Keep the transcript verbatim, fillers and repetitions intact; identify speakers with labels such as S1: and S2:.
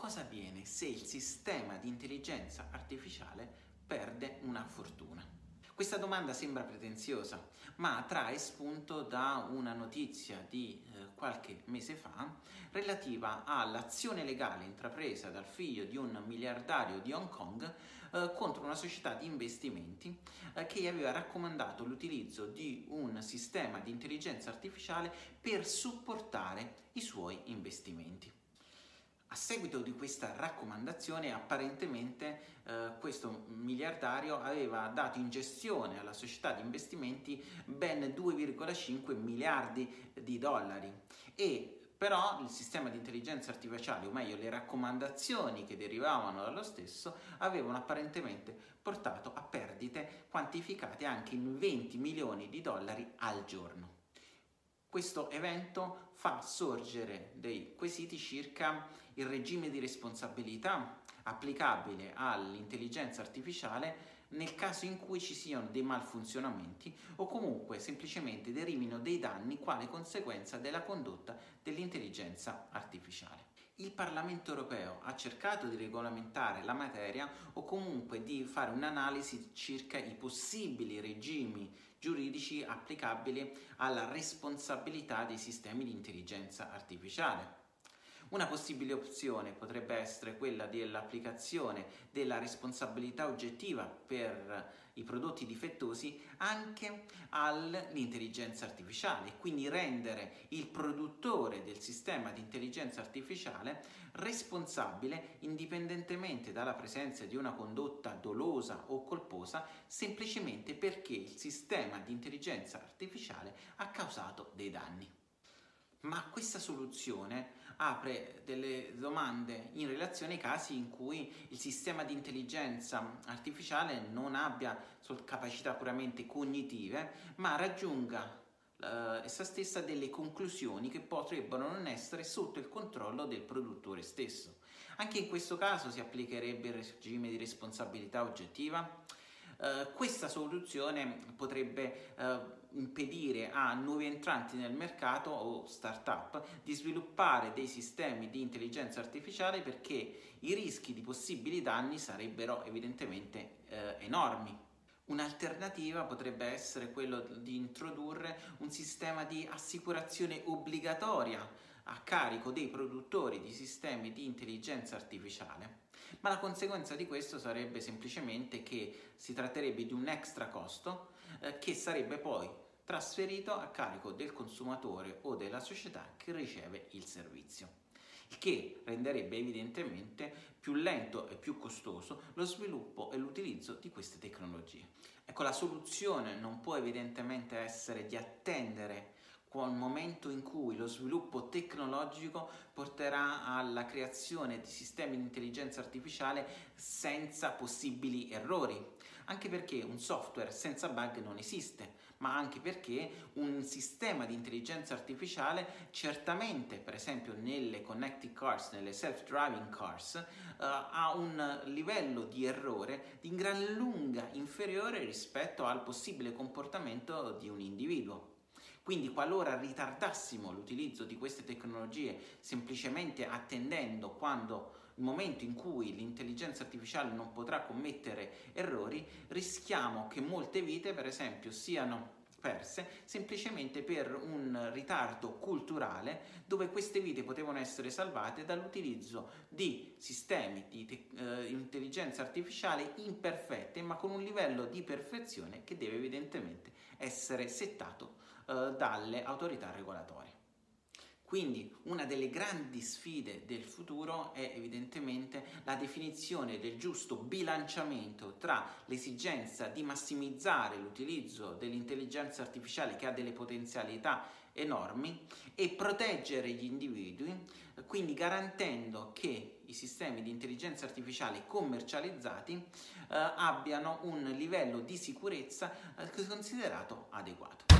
S1: cosa avviene se il sistema di intelligenza artificiale perde una fortuna? Questa domanda sembra pretenziosa, ma trae spunto da una notizia di eh, qualche mese fa relativa all'azione legale intrapresa dal figlio di un miliardario di Hong Kong eh, contro una società di investimenti eh, che gli aveva raccomandato l'utilizzo di un sistema di intelligenza artificiale per supportare i suoi investimenti. A seguito di questa raccomandazione, apparentemente eh, questo miliardario aveva dato in gestione alla società di investimenti ben due virgola cinque miliardi di dollari e però il sistema di intelligenza artificiale, o meglio le raccomandazioni che derivavano dallo stesso, avevano apparentemente portato a perdite quantificate anche in venti milioni di dollari al giorno. Questo evento fa sorgere dei quesiti circa il regime di responsabilità applicabile all'intelligenza artificiale nel caso in cui ci siano dei malfunzionamenti o comunque semplicemente derivino dei danni quale conseguenza della condotta dell'intelligenza artificiale. Il Parlamento europeo ha cercato di regolamentare la materia o comunque di fare un'analisi circa i possibili regimi giuridici applicabili alla responsabilità dei sistemi di intelligenza artificiale. Una possibile opzione potrebbe essere quella dell'applicazione della responsabilità oggettiva per i prodotti difettosi anche all'intelligenza artificiale, quindi rendere il produttore del sistema di intelligenza artificiale responsabile indipendentemente dalla presenza di una condotta dolosa o colposa, semplicemente perché il sistema di intelligenza artificiale ha causato dei danni. Ma questa soluzione apre delle domande in relazione ai casi in cui il sistema di intelligenza artificiale non abbia solo capacità puramente cognitive, ma raggiunga eh, essa stessa delle conclusioni che potrebbero non essere sotto il controllo del produttore stesso. Anche in questo caso si applicherebbe il regime di responsabilità oggettiva? Uh, questa soluzione potrebbe uh, impedire a nuovi entranti nel mercato o start-up di sviluppare dei sistemi di intelligenza artificiale perché i rischi di possibili danni sarebbero evidentemente uh, enormi. Un'alternativa potrebbe essere quello di introdurre un sistema di assicurazione obbligatoria a carico dei produttori di sistemi di intelligenza artificiale, ma la conseguenza di questo sarebbe semplicemente che si tratterebbe di un extra costo eh, che sarebbe poi trasferito a carico del consumatore o della società che riceve il servizio, il che renderebbe evidentemente più lento e più costoso lo sviluppo e l'utilizzo di queste tecnologie. Ecco, la soluzione non può evidentemente essere di attendere quel momento in cui lo sviluppo tecnologico porterà alla creazione di sistemi di intelligenza artificiale senza possibili errori, anche perché un software senza bug non esiste, ma anche perché un sistema di intelligenza artificiale certamente, per esempio nelle connected cars, nelle self-driving cars, uh, ha un livello di errore di gran lunga inferiore rispetto al possibile comportamento di un individuo. Quindi qualora ritardassimo l'utilizzo di queste tecnologie semplicemente attendendo quando il momento in cui l'intelligenza artificiale non potrà commettere errori, rischiamo che molte vite, per esempio, siano perse semplicemente per un ritardo culturale dove queste vite potevano essere salvate dall'utilizzo di sistemi di te- eh, intelligenza artificiale imperfette ma con un livello di perfezione che deve evidentemente essere settato eh, dalle autorità regolatorie. Quindi una delle grandi sfide del futuro è evidentemente la definizione del giusto bilanciamento tra l'esigenza di massimizzare l'utilizzo dell'intelligenza artificiale che ha delle potenzialità enormi e proteggere gli individui, quindi garantendo che i sistemi di intelligenza artificiale commercializzati eh, abbiano un livello di sicurezza eh, considerato adeguato.